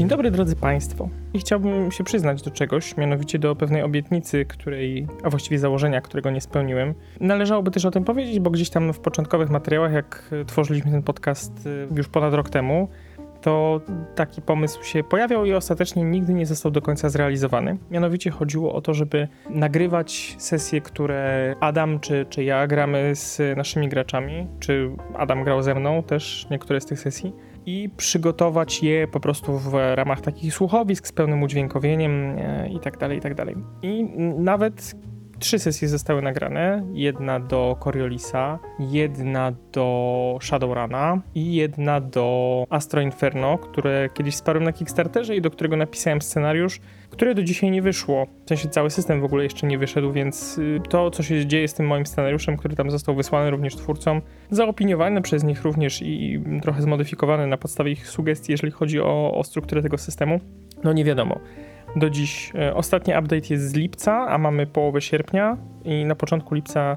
Dzień dobry, drodzy Państwo. I chciałbym się przyznać do czegoś, mianowicie do pewnej obietnicy, a właściwie założenia, którego nie spełniłem. Należałoby też o tym powiedzieć, bo gdzieś tam w początkowych materiałach, jak tworzyliśmy ten podcast już ponad rok temu, to taki pomysł się pojawiał i ostatecznie nigdy nie został do końca zrealizowany. Mianowicie chodziło o to, żeby nagrywać sesje, które Adam czy ja gramy z naszymi graczami, czy Adam grał ze mną też niektóre z tych sesji, i przygotować je po prostu w ramach takich słuchowisk z pełnym udźwiękowieniem i tak dalej, i tak dalej. I nawet 3 sesje zostały nagrane. Jedna do Coriolisa, jedna do Shadowruna i jedna do Astro Inferno, które kiedyś wsparłem na Kickstarterze i do którego napisałem scenariusz, które do dzisiaj nie wyszło. W sensie cały system w ogóle jeszcze nie wyszedł, więc to, co się dzieje z tym moim scenariuszem, który tam został wysłany również twórcom, zaopiniowany przez nich również i trochę zmodyfikowany na podstawie ich sugestii, jeżeli chodzi o strukturę tego systemu, no nie wiadomo. Do dziś ostatni update jest z lipca, a mamy połowę sierpnia i na początku lipca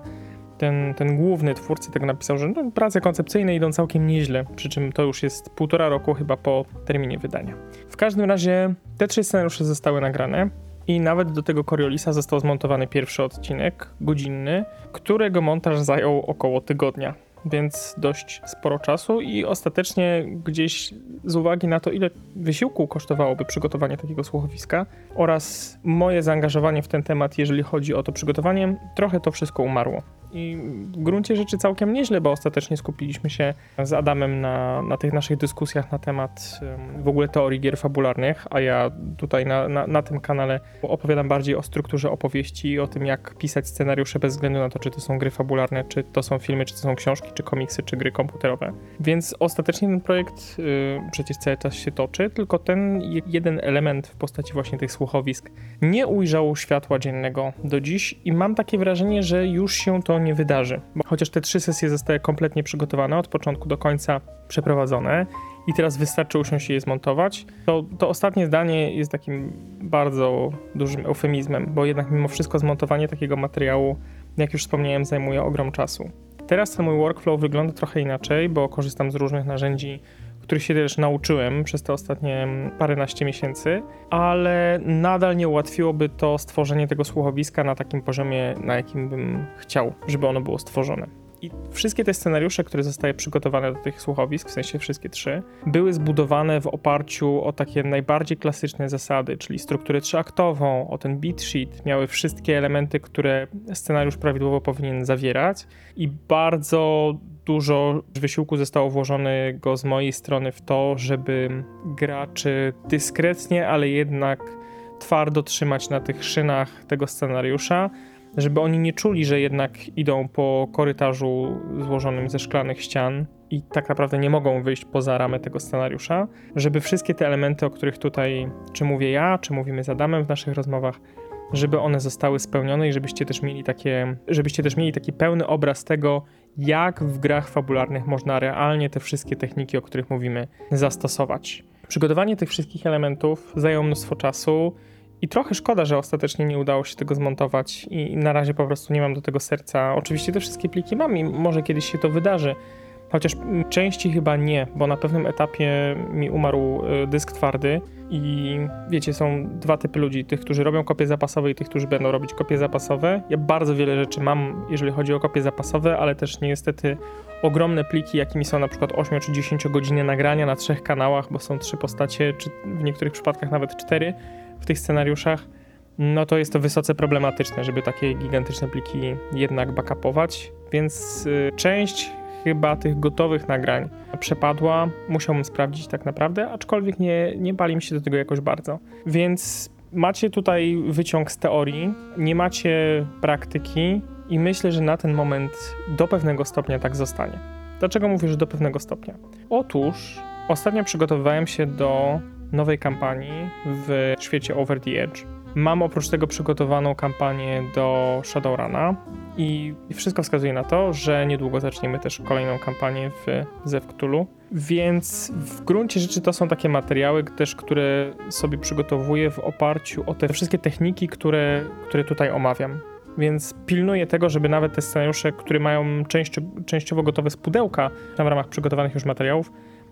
ten główny twórca tego napisał, że prace koncepcyjne idą całkiem nieźle, przy czym to już jest 1,5 roku chyba po terminie wydania. W każdym razie te 3 scenariusze zostały nagrane i nawet do tego Coriolisa został zmontowany pierwszy odcinek, godzinny, którego montaż zajął około tygodnia. Więc dość sporo czasu i ostatecznie gdzieś z uwagi na to, ile wysiłku kosztowałoby przygotowanie takiego słuchowiska oraz moje zaangażowanie w ten temat, jeżeli chodzi o to przygotowanie, trochę to wszystko umarło. I w gruncie rzeczy całkiem nieźle, bo ostatecznie skupiliśmy się z Adamem na tych naszych dyskusjach na temat w ogóle teorii gier fabularnych, a ja tutaj na tym kanale opowiadam bardziej o strukturze opowieści i o tym, jak pisać scenariusze bez względu na to, czy to są gry fabularne, czy to są filmy, czy to są książki, czy komiksy, czy gry komputerowe. Więc ostatecznie ten projekt przecież cały czas się toczy, tylko ten jeden element w postaci właśnie tych słuchowisk nie ujrzał światła dziennego do dziś i mam takie wrażenie, że już się to nie wydarzy. Bo chociaż te 3 sesje zostały kompletnie przygotowane, od początku do końca przeprowadzone i teraz wystarczy usiąść i je zmontować, to ostatnie zdanie jest takim bardzo dużym eufemizmem, bo jednak mimo wszystko zmontowanie takiego materiału, jak już wspomniałem, zajmuje ogrom czasu. Teraz ten mój workflow wygląda trochę inaczej, bo korzystam z różnych narzędzi, których się też nauczyłem przez te ostatnie paręnaście miesięcy, ale nadal nie ułatwiłoby to stworzenie tego słuchowiska na takim poziomie, na jakim bym chciał, żeby ono było stworzone. I wszystkie te scenariusze, które zostały przygotowane do tych słuchowisk, w sensie wszystkie 3, były zbudowane w oparciu o takie najbardziej klasyczne zasady, czyli strukturę 3-aktową, o ten beat sheet, miały wszystkie elementy, które scenariusz prawidłowo powinien zawierać i bardzo dużo wysiłku zostało włożonego z mojej strony w to, żeby graczy dyskretnie, ale jednak twardo trzymać na tych szynach tego scenariusza, żeby oni nie czuli, że jednak idą po korytarzu złożonym ze szklanych ścian i tak naprawdę nie mogą wyjść poza ramę tego scenariusza, żeby wszystkie te elementy, o których tutaj czy mówię ja, czy mówimy z Adamem w naszych rozmowach, żeby one zostały spełnione i żebyście też mieli taki pełny obraz tego, jak w grach fabularnych można realnie te wszystkie techniki, o których mówimy, zastosować. Przygotowanie tych wszystkich elementów zajęło mnóstwo czasu i trochę szkoda, że ostatecznie nie udało się tego zmontować i na razie po prostu nie mam do tego serca. Oczywiście te wszystkie pliki mam i może kiedyś się to wydarzy, chociaż części chyba nie, bo na pewnym etapie mi umarł dysk twardy i wiecie, są 2 typy ludzi, tych, którzy robią kopie zapasowe i tych, którzy będą robić kopie zapasowe. Ja bardzo wiele rzeczy mam, jeżeli chodzi o kopie zapasowe, ale też niestety ogromne pliki, jakimi są na przykład 8 czy 10 godziny nagrania na 3 kanałach, bo są 3 postacie, czy w niektórych przypadkach nawet 4 w tych scenariuszach, no to jest to wysoce problematyczne, żeby takie gigantyczne pliki jednak backupować, więc część chyba tych gotowych nagrań przepadła, musiałbym sprawdzić tak naprawdę, aczkolwiek nie bali mi się do tego jakoś bardzo. Więc macie tutaj wyciąg z teorii, nie macie praktyki i myślę, że na ten moment do pewnego stopnia tak zostanie. Dlaczego mówię, że do pewnego stopnia? Otóż ostatnio przygotowywałem się do nowej kampanii w świecie Over the Edge. Mam oprócz tego przygotowaną kampanię do Shadowruna i wszystko wskazuje na to, że niedługo zaczniemy też kolejną kampanię w Zew Cthulhu, więc w gruncie rzeczy to są takie materiały też, które sobie przygotowuję w oparciu o te wszystkie techniki, które tutaj omawiam. Więc pilnuję tego, żeby nawet te scenariusze, które mają częściowo gotowe z pudełka w ramach przygotowanych już materiałów,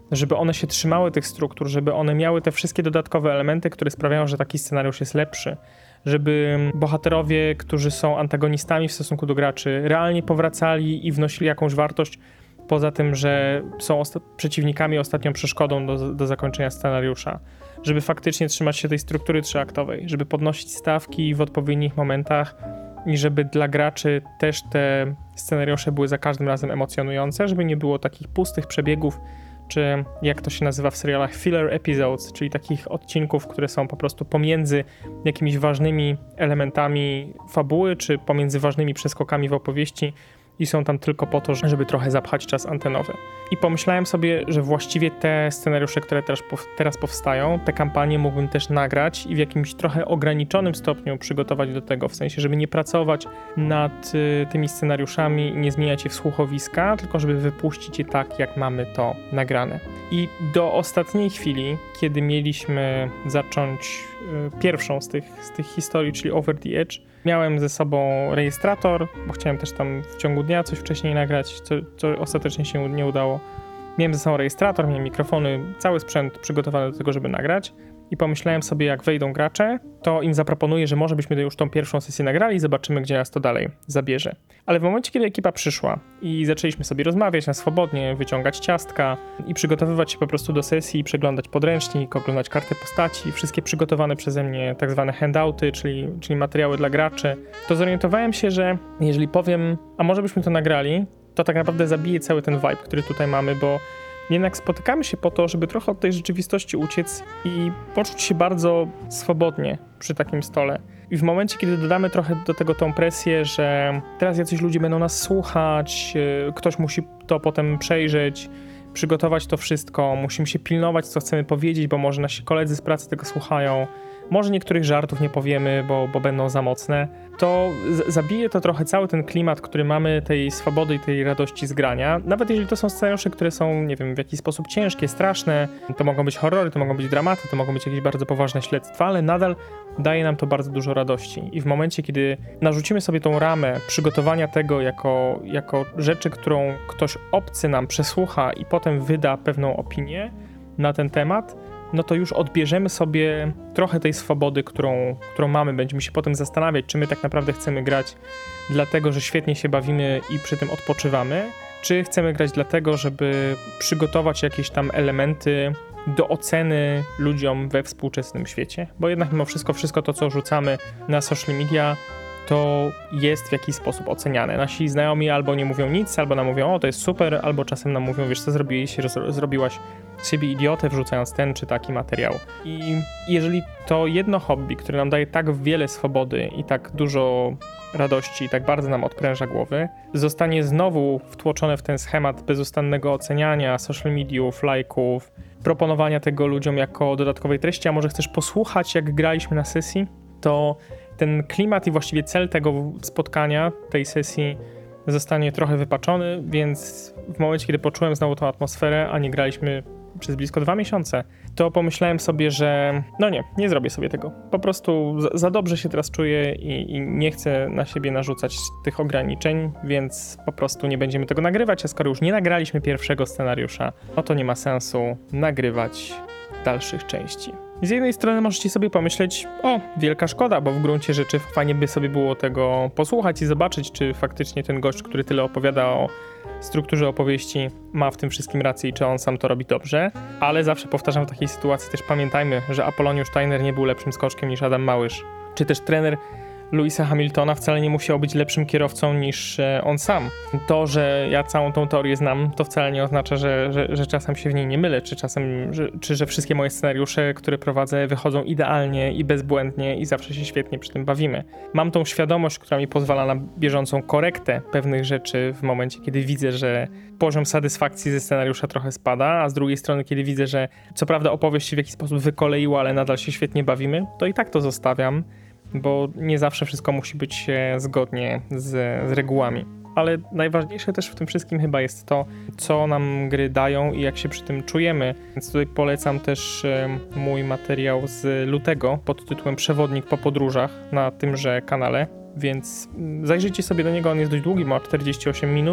żeby one się trzymały tych struktur, żeby one miały te wszystkie dodatkowe elementy, które sprawiają, że taki scenariusz jest lepszy. Żeby bohaterowie, którzy są antagonistami w stosunku do graczy, realnie powracali i wnosili jakąś wartość, poza tym, że są przeciwnikami, ostatnią przeszkodą do zakończenia scenariusza. Żeby faktycznie trzymać się tej struktury trzyaktowej, żeby podnosić stawki w odpowiednich momentach i żeby dla graczy też te scenariusze były za każdym razem emocjonujące, żeby nie było takich pustych przebiegów, czy jak to się nazywa w serialach filler episodes, czyli takich odcinków, które są po prostu pomiędzy jakimiś ważnymi elementami fabuły, czy pomiędzy ważnymi przeskokami w opowieści i są tam tylko po to, żeby trochę zapchać czas antenowy. I pomyślałem sobie, że właściwie te scenariusze, które teraz powstają, te kampanie mógłbym też nagrać i w jakimś trochę ograniczonym stopniu przygotować do tego, w sensie, żeby nie pracować nad tymi scenariuszami i nie zmieniać je w słuchowiska, tylko żeby wypuścić je tak, jak mamy to nagrane. I do ostatniej chwili, kiedy mieliśmy zacząć pierwszą z tych historii, czyli Over the Edge, miałem ze sobą rejestrator, bo chciałem też tam w ciągu dnia coś wcześniej nagrać, co ostatecznie się nie udało. Miałem ze sobą rejestrator, miałem mikrofony, cały sprzęt przygotowany do tego, żeby nagrać. I pomyślałem sobie, jak wejdą gracze, to im zaproponuję, że może byśmy już tą pierwszą sesję nagrali i zobaczymy, gdzie nas to dalej zabierze. Ale w momencie, kiedy ekipa przyszła i zaczęliśmy sobie rozmawiać na swobodnie, wyciągać ciastka i przygotowywać się po prostu do sesji, przeglądać podręcznik, oglądać kartę postaci, wszystkie przygotowane przeze mnie tak zwane handouty, czyli materiały dla graczy, to zorientowałem się, że jeżeli powiem, a może byśmy to nagrali, to tak naprawdę zabije cały ten vibe, który tutaj mamy, bo jednak spotykamy się po to, żeby trochę od tej rzeczywistości uciec i poczuć się bardzo swobodnie przy takim stole. I w momencie, kiedy dodamy trochę do tego tą presję, że teraz jacyś ludzie będą nas słuchać, ktoś musi to potem przejrzeć, przygotować to wszystko, musimy się pilnować, co chcemy powiedzieć, bo może nasi koledzy z pracy tego słuchają, może niektórych żartów nie powiemy, bo będą za mocne, to zabije to trochę cały ten klimat, który mamy, tej swobody i tej radości z grania. Nawet jeżeli to są scenariusze, które są, nie wiem, w jakiś sposób ciężkie, straszne, to mogą być horrory, to mogą być dramaty, to mogą być jakieś bardzo poważne śledztwa, ale nadal daje nam to bardzo dużo radości. I w momencie, kiedy narzucimy sobie tą ramę przygotowania tego jako rzeczy, którą ktoś obcy nam przesłucha i potem wyda pewną opinię na ten temat, no to już odbierzemy sobie trochę tej swobody, którą mamy. Będziemy się potem zastanawiać, czy my tak naprawdę chcemy grać dlatego, że świetnie się bawimy i przy tym odpoczywamy, czy chcemy grać dlatego, żeby przygotować jakieś tam elementy do oceny ludziom we współczesnym świecie. Bo jednak mimo wszystko to, co rzucamy na social media, to jest w jakiś sposób oceniane. Nasi znajomi albo nie mówią nic, albo nam mówią, o to jest super, albo czasem nam mówią, wiesz co, zrobiłaś z siebie idiotę, wrzucając ten czy taki materiał. I jeżeli to jedno hobby, które nam daje tak wiele swobody i tak dużo radości i tak bardzo nam odpręża głowy, zostanie znowu wtłoczone w ten schemat bezustannego oceniania social mediów, lajków, proponowania tego ludziom jako dodatkowej treści, a może chcesz posłuchać, jak graliśmy na sesji, to ten klimat i właściwie cel tego spotkania, tej sesji zostanie trochę wypaczony, więc w momencie, kiedy poczułem znowu tą atmosferę, a nie graliśmy przez blisko 2 miesiące, to pomyślałem sobie, że no nie zrobię sobie tego. Po prostu za dobrze się teraz czuję i nie chcę na siebie narzucać tych ograniczeń, więc po prostu nie będziemy tego nagrywać, a skoro już nie nagraliśmy pierwszego scenariusza, no to nie ma sensu nagrywać dalszych części. Z jednej strony możecie sobie pomyśleć, o, wielka szkoda, bo w gruncie rzeczy fajnie by sobie było tego posłuchać i zobaczyć, czy faktycznie ten gość, który tyle opowiada o strukturze opowieści, ma w tym wszystkim rację i czy on sam to robi dobrze, ale zawsze powtarzam w takiej sytuacji też pamiętajmy, że Apoloniusz Steiner nie był lepszym skoczkiem niż Adam Małysz, czy też trener Lewisa Hamiltona wcale nie musiał być lepszym kierowcą niż on sam. To, że ja całą tą teorię znam, to wcale nie oznacza, że czasem się w niej nie mylę, czy że wszystkie moje scenariusze, które prowadzę, wychodzą idealnie i bezbłędnie i zawsze się świetnie przy tym bawimy. Mam tą świadomość, która mi pozwala na bieżącą korektę pewnych rzeczy w momencie, kiedy widzę, że poziom satysfakcji ze scenariusza trochę spada, a z drugiej strony, kiedy widzę, że co prawda opowieść się w jakiś sposób wykoleiła, ale nadal się świetnie bawimy, to i tak to zostawiam, bo nie zawsze wszystko musi być zgodnie z regułami. Ale najważniejsze też w tym wszystkim chyba jest to, co nam gry dają i jak się przy tym czujemy. Więc tutaj polecam też mój materiał z lutego pod tytułem Przewodnik po podróżach na tymże kanale, więc zajrzyjcie sobie do niego, on jest dość długi, ma 48 minut,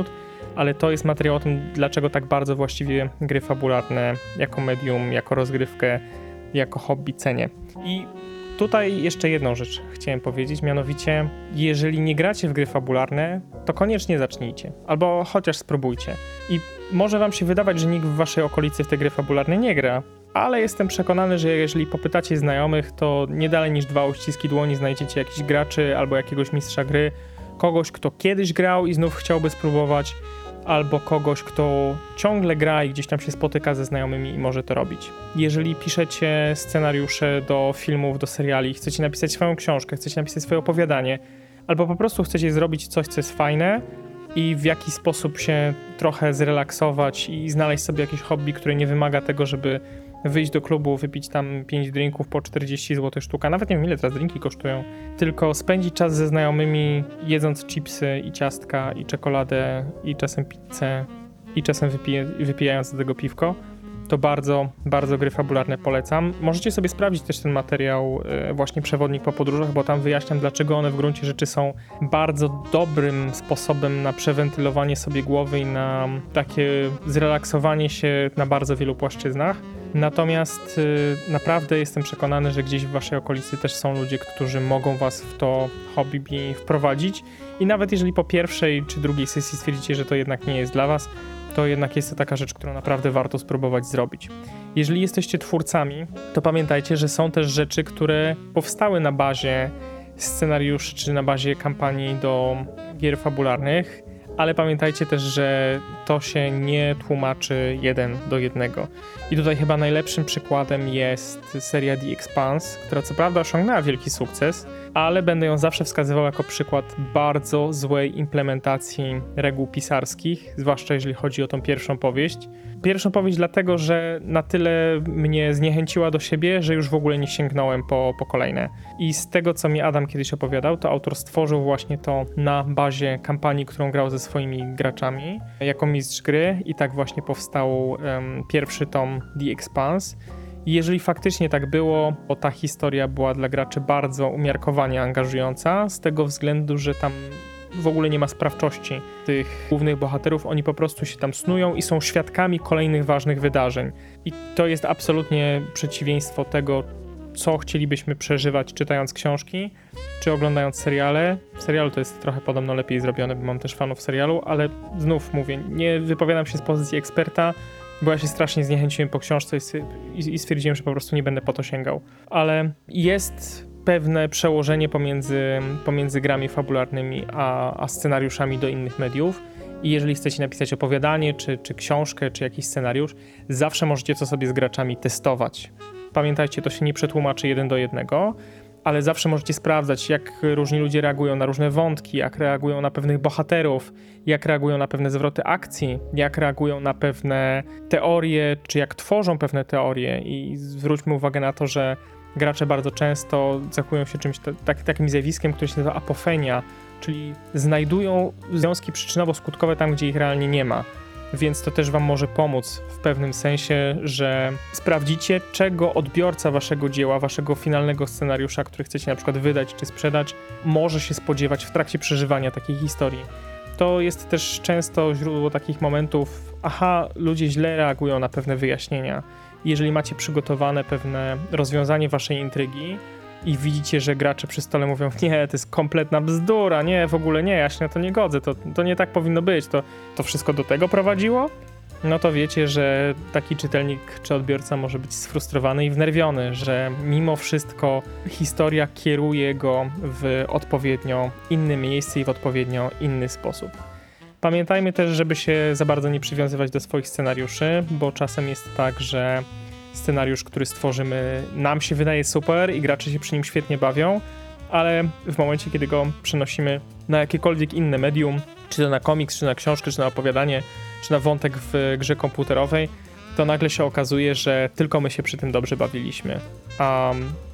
ale to jest materiał o tym, dlaczego tak bardzo właściwie gry fabularne jako medium, jako rozgrywkę, jako hobby cenię. I tutaj jeszcze jedną rzecz chciałem powiedzieć, mianowicie jeżeli nie gracie w gry fabularne, to koniecznie zacznijcie, albo chociaż spróbujcie. I może wam się wydawać, że nikt w waszej okolicy w te gry fabularne nie gra, ale jestem przekonany, że jeżeli popytacie znajomych, to nie dalej niż 2 uściski dłoni znajdziecie jakichś graczy albo jakiegoś mistrza gry, kogoś, kto kiedyś grał i znów chciałby spróbować, albo kogoś, kto ciągle gra i gdzieś tam się spotyka ze znajomymi i może to robić. Jeżeli piszecie scenariusze do filmów, do seriali, chcecie napisać swoją książkę, chcecie napisać swoje opowiadanie, albo po prostu chcecie zrobić coś, co jest fajne i w jakiś sposób się trochę zrelaksować i znaleźć sobie jakieś hobby, które nie wymaga tego, żeby wyjść do klubu, wypić tam 5 drinków po 40 zł sztuka, nawet nie wiem ile teraz drinki kosztują, tylko spędzić czas ze znajomymi, jedząc chipsy i ciastka i czekoladę i czasem pizzę i czasem wypijając do tego piwko, to bardzo, bardzo gry fabularne polecam. Możecie sobie sprawdzić też ten materiał, właśnie Przewodnik po podróżach, bo tam wyjaśniam, dlaczego one w gruncie rzeczy są bardzo dobrym sposobem na przewentylowanie sobie głowy i na takie zrelaksowanie się na bardzo wielu płaszczyznach. Natomiast naprawdę jestem przekonany, że gdzieś w waszej okolicy też są ludzie, którzy mogą was w to hobby wprowadzić i nawet jeżeli po pierwszej czy drugiej sesji stwierdzicie, że to jednak nie jest dla was, to jednak jest to taka rzecz, którą naprawdę warto spróbować zrobić. Jeżeli jesteście twórcami, to pamiętajcie, że są też rzeczy, które powstały na bazie scenariuszy czy na bazie kampanii do gier fabularnych, ale pamiętajcie też, że to się nie tłumaczy 1:1. I tutaj chyba najlepszym przykładem jest seria The Expanse, która co prawda osiągnęła wielki sukces, ale będę ją zawsze wskazywał jako przykład bardzo złej implementacji reguł pisarskich, zwłaszcza jeżeli chodzi o tą pierwszą powieść. Pierwszą powieść dlatego, że na tyle mnie zniechęciła do siebie, że już w ogóle nie sięgnąłem po kolejne. I z tego, co mi Adam kiedyś opowiadał, to autor stworzył właśnie to na bazie kampanii, którą grał ze swoimi graczami jako mistrz gry i tak właśnie powstał pierwszy tom The Expanse. I jeżeli faktycznie tak było, to ta historia była dla graczy bardzo umiarkowanie angażująca, z tego względu, że tam w ogóle nie ma sprawczości tych głównych bohaterów, oni po prostu się tam snują i są świadkami kolejnych ważnych wydarzeń. I to jest absolutnie przeciwieństwo tego, co chcielibyśmy przeżywać czytając książki, czy oglądając seriale. W serialu to jest trochę podobno lepiej zrobione, bo mam też fanów serialu, ale znów mówię, nie wypowiadam się z pozycji eksperta, bo ja się strasznie zniechęciłem po książce i stwierdziłem, że po prostu nie będę po to sięgał. Ale jest pewne przełożenie pomiędzy grami fabularnymi a scenariuszami do innych mediów. I jeżeli chcecie napisać opowiadanie, czy książkę, czy jakiś scenariusz, zawsze możecie to sobie z graczami testować. Pamiętajcie, to się nie przetłumaczy 1:1, ale zawsze możecie sprawdzać, jak różni ludzie reagują na różne wątki, jak reagują na pewnych bohaterów, jak reagują na pewne zwroty akcji, jak reagują na pewne teorie, czy jak tworzą pewne teorie. I zwróćmy uwagę na to, że gracze bardzo często cechują się czymś takim zjawiskiem, które się nazywa apofenia, czyli znajdują związki przyczynowo-skutkowe tam, gdzie ich realnie nie ma. Więc to też wam może pomóc w pewnym sensie, że sprawdzicie, czego odbiorca waszego dzieła, waszego finalnego scenariusza, który chcecie na przykład wydać czy sprzedać, może się spodziewać w trakcie przeżywania takiej historii. To jest też często źródło takich momentów, ludzie źle reagują na pewne wyjaśnienia. Jeżeli macie przygotowane pewne rozwiązanie waszej intrygi i widzicie, że gracze przy stole mówią, nie, to jest kompletna bzdura, nie, w ogóle nie, ja się na to nie godzę, to nie tak powinno być, to wszystko do tego prowadziło, no to wiecie, że taki czytelnik czy odbiorca może być sfrustrowany i wnerwiony, że mimo wszystko historia kieruje go w odpowiednio inne miejsce i w odpowiednio inny sposób. Pamiętajmy też, żeby się za bardzo nie przywiązywać do swoich scenariuszy, bo czasem jest tak, że scenariusz, który stworzymy, nam się wydaje super i gracze się przy nim świetnie bawią, ale w momencie, kiedy go przenosimy na jakiekolwiek inne medium, czy to na komiks, czy na książkę, czy na opowiadanie, czy na wątek w grze komputerowej, to nagle się okazuje, że tylko my się przy tym dobrze bawiliśmy. A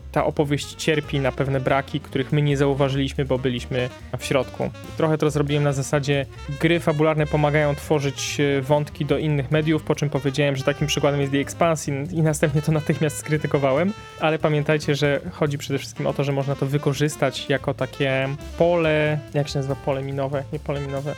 ta opowieść cierpi na pewne braki, których my nie zauważyliśmy, bo byliśmy w środku. Trochę to zrobiłem na zasadzie gry fabularne pomagają tworzyć wątki do innych mediów, po czym powiedziałem, że takim przykładem jest The Expanse i następnie to natychmiast skrytykowałem, ale pamiętajcie, że chodzi przede wszystkim o to, że można to wykorzystać jako takie pole, jak się nazywa pole minowe? Nie pole minowe,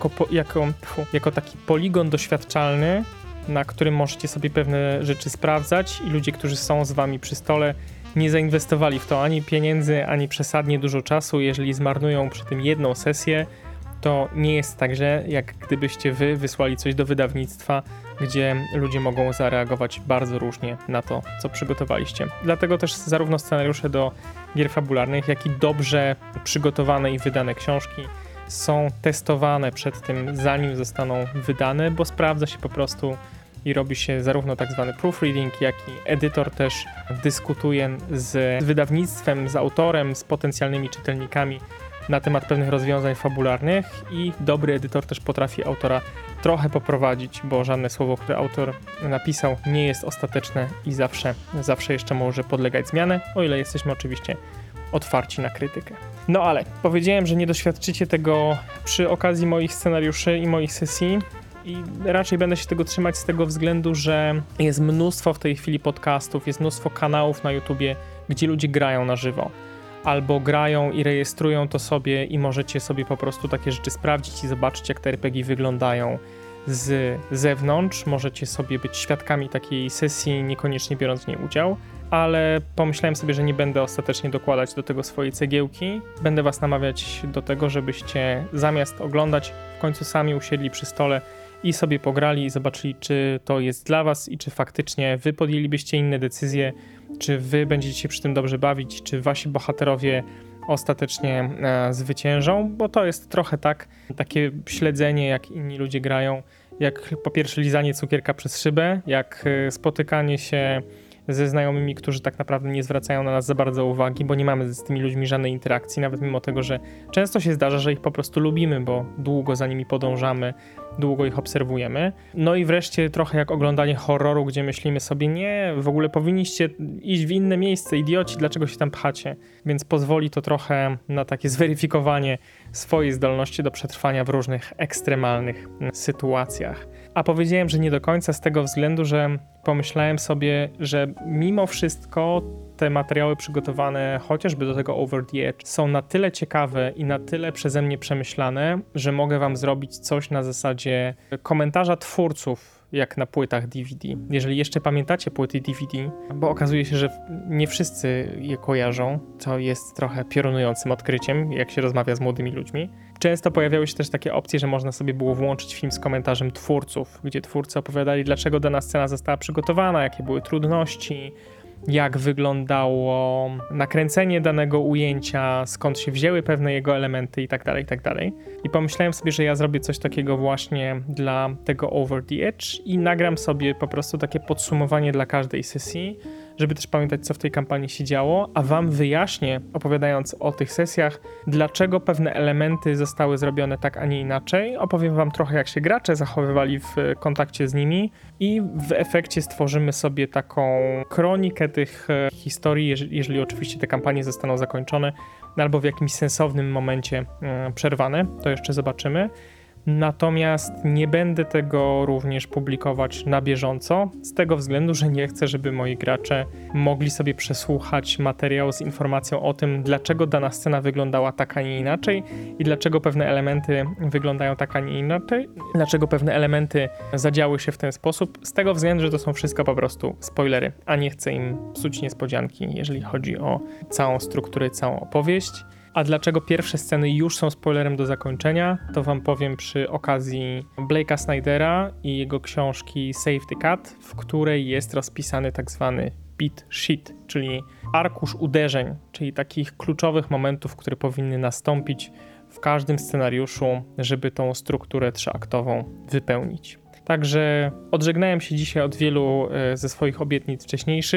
jako taki poligon doświadczalny, na którym możecie sobie pewne rzeczy sprawdzać i ludzie, którzy są z wami przy stole, nie zainwestowali w to ani pieniędzy, ani przesadnie dużo czasu. Jeżeli zmarnują przy tym jedną sesję, to nie jest tak źle, jak gdybyście wy wysłali coś do wydawnictwa, gdzie ludzie mogą zareagować bardzo różnie na to, co przygotowaliście. Dlatego też zarówno scenariusze do gier fabularnych, jak i dobrze przygotowane i wydane książki są testowane przed tym, zanim zostaną wydane, bo sprawdza się po prostu i robi się zarówno tak zwany proofreading, jak i edytor też dyskutuje z wydawnictwem, z autorem, z potencjalnymi czytelnikami na temat pewnych rozwiązań fabularnych i dobry edytor też potrafi autora trochę poprowadzić, bo żadne słowo, które autor napisał, nie jest ostateczne i zawsze jeszcze może podlegać zmianie, o ile jesteśmy oczywiście otwarci na krytykę. No ale powiedziałem, że nie doświadczycie tego przy okazji moich scenariuszy i moich sesji i raczej będę się tego trzymać z tego względu, że jest mnóstwo w tej chwili podcastów, jest mnóstwo kanałów na YouTubie, gdzie ludzie grają na żywo. Albo grają i rejestrują to sobie i możecie sobie po prostu takie rzeczy sprawdzić i zobaczyć, jak te RPG wyglądają z zewnątrz. Możecie sobie być świadkami takiej sesji, niekoniecznie biorąc w niej udział, ale pomyślałem sobie, że nie będę ostatecznie dokładać do tego swojej cegiełki. Będę was namawiać do tego, żebyście zamiast oglądać, w końcu sami usiedli przy stole i sobie pograli i zobaczyli, czy to jest dla was i czy faktycznie wy podjęlibyście inne decyzje, czy wy będziecie się przy tym dobrze bawić, czy wasi bohaterowie ostatecznie zwyciężą, bo to jest trochę takie śledzenie, jak inni ludzie grają, jak po pierwsze lizanie cukierka przez szybę, jak spotykanie się ze znajomymi, którzy tak naprawdę nie zwracają na nas za bardzo uwagi, bo nie mamy z tymi ludźmi żadnej interakcji, nawet mimo tego, że często się zdarza, że ich po prostu lubimy, bo długo za nimi podążamy, długo ich obserwujemy. No i wreszcie trochę jak oglądanie horroru, gdzie myślimy sobie, nie, w ogóle powinniście iść w inne miejsce, idioci, dlaczego się tam pchacie? Więc pozwoli to trochę na takie zweryfikowanie swojej zdolności do przetrwania w różnych ekstremalnych sytuacjach. A powiedziałem, że nie do końca z tego względu, że pomyślałem sobie, że mimo wszystko te materiały przygotowane chociażby do tego Over the Edge są na tyle ciekawe i na tyle przeze mnie przemyślane, że mogę wam zrobić coś na zasadzie komentarza twórców, jak na płytach DVD. Jeżeli jeszcze pamiętacie płyty DVD, bo okazuje się, że nie wszyscy je kojarzą, co jest trochę piorunującym odkryciem, jak się rozmawia z młodymi ludźmi. Często pojawiały się też takie opcje, że można sobie było włączyć film z komentarzem twórców, gdzie twórcy opowiadali, dlaczego dana scena została przygotowana, jakie były trudności, jak wyglądało nakręcenie danego ujęcia, skąd się wzięły pewne jego elementy i tak dalej, i tak dalej. I pomyślałem sobie, że ja zrobię coś takiego właśnie dla tego Over the Edge i nagram sobie po prostu takie podsumowanie dla każdej sesji, żeby też pamiętać, co w tej kampanii się działo, a wam wyjaśnię, opowiadając o tych sesjach, dlaczego pewne elementy zostały zrobione tak, a nie inaczej. Opowiem wam trochę, jak się gracze zachowywali w kontakcie z nimi i w efekcie stworzymy sobie taką kronikę tych historii, jeżeli oczywiście te kampanie zostaną zakończone, albo w jakimś sensownym momencie przerwane, to jeszcze zobaczymy. Natomiast nie będę tego również publikować na bieżąco, z tego względu, że nie chcę, żeby moi gracze mogli sobie przesłuchać materiał z informacją o tym, dlaczego dana scena wyglądała tak, a nie inaczej i dlaczego pewne elementy wyglądają tak, a nie inaczej, dlaczego pewne elementy zadziały się w ten sposób, z tego względu, że to są wszystko po prostu spoilery, a nie chcę im psuć niespodzianki, jeżeli chodzi o całą strukturę, całą opowieść. A dlaczego pierwsze sceny już są spoilerem do zakończenia, to wam powiem przy okazji Blake'a Snydera i jego książki Save the Cat, w której jest rozpisany tak zwany beat sheet, czyli arkusz uderzeń, czyli takich kluczowych momentów, które powinny nastąpić w każdym scenariuszu, żeby tą strukturę trzyaktową wypełnić. Także odżegnałem się dzisiaj od wielu ze swoich obietnic wcześniejszych.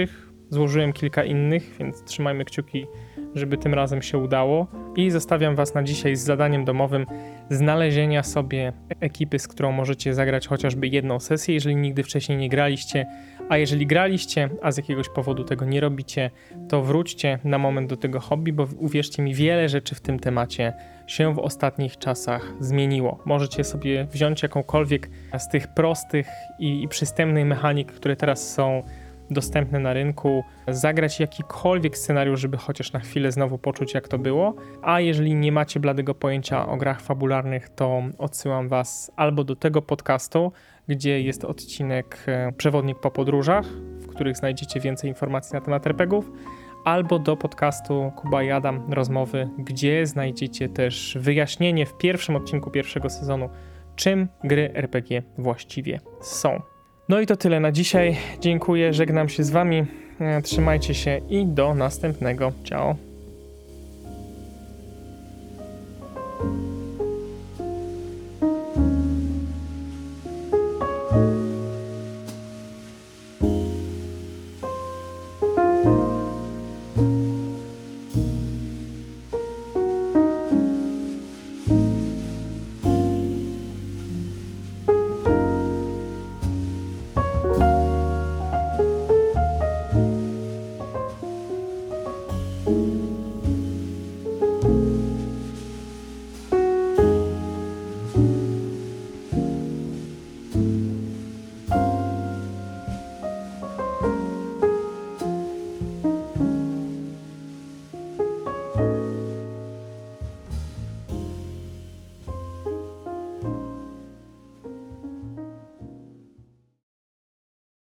złożyłem kilka innych, więc trzymajmy kciuki, żeby tym razem się udało. I zostawiam was na dzisiaj z zadaniem domowym znalezienia sobie ekipy, z którą możecie zagrać chociażby jedną sesję, jeżeli nigdy wcześniej nie graliście, a jeżeli graliście, a z jakiegoś powodu tego nie robicie, to wróćcie na moment do tego hobby, bo uwierzcie mi, wiele rzeczy w tym temacie się w ostatnich czasach zmieniło. Możecie sobie wziąć jakąkolwiek z tych prostych i przystępnych mechanik, które teraz są dostępne na rynku, zagrać jakikolwiek scenariusz, żeby chociaż na chwilę znowu poczuć, jak to było. A jeżeli nie macie bladego pojęcia o grach fabularnych, to odsyłam was albo do tego podcastu, gdzie jest odcinek Przewodnik po podróżach, w których znajdziecie więcej informacji na temat RPGów, albo do podcastu Kuba i Adam Rozmowy, gdzie znajdziecie też wyjaśnienie w pierwszym odcinku pierwszego sezonu, czym gry RPG właściwie są. No i to tyle na dzisiaj. Dziękuję, żegnam się z wami. Trzymajcie się i do następnego. Ciao.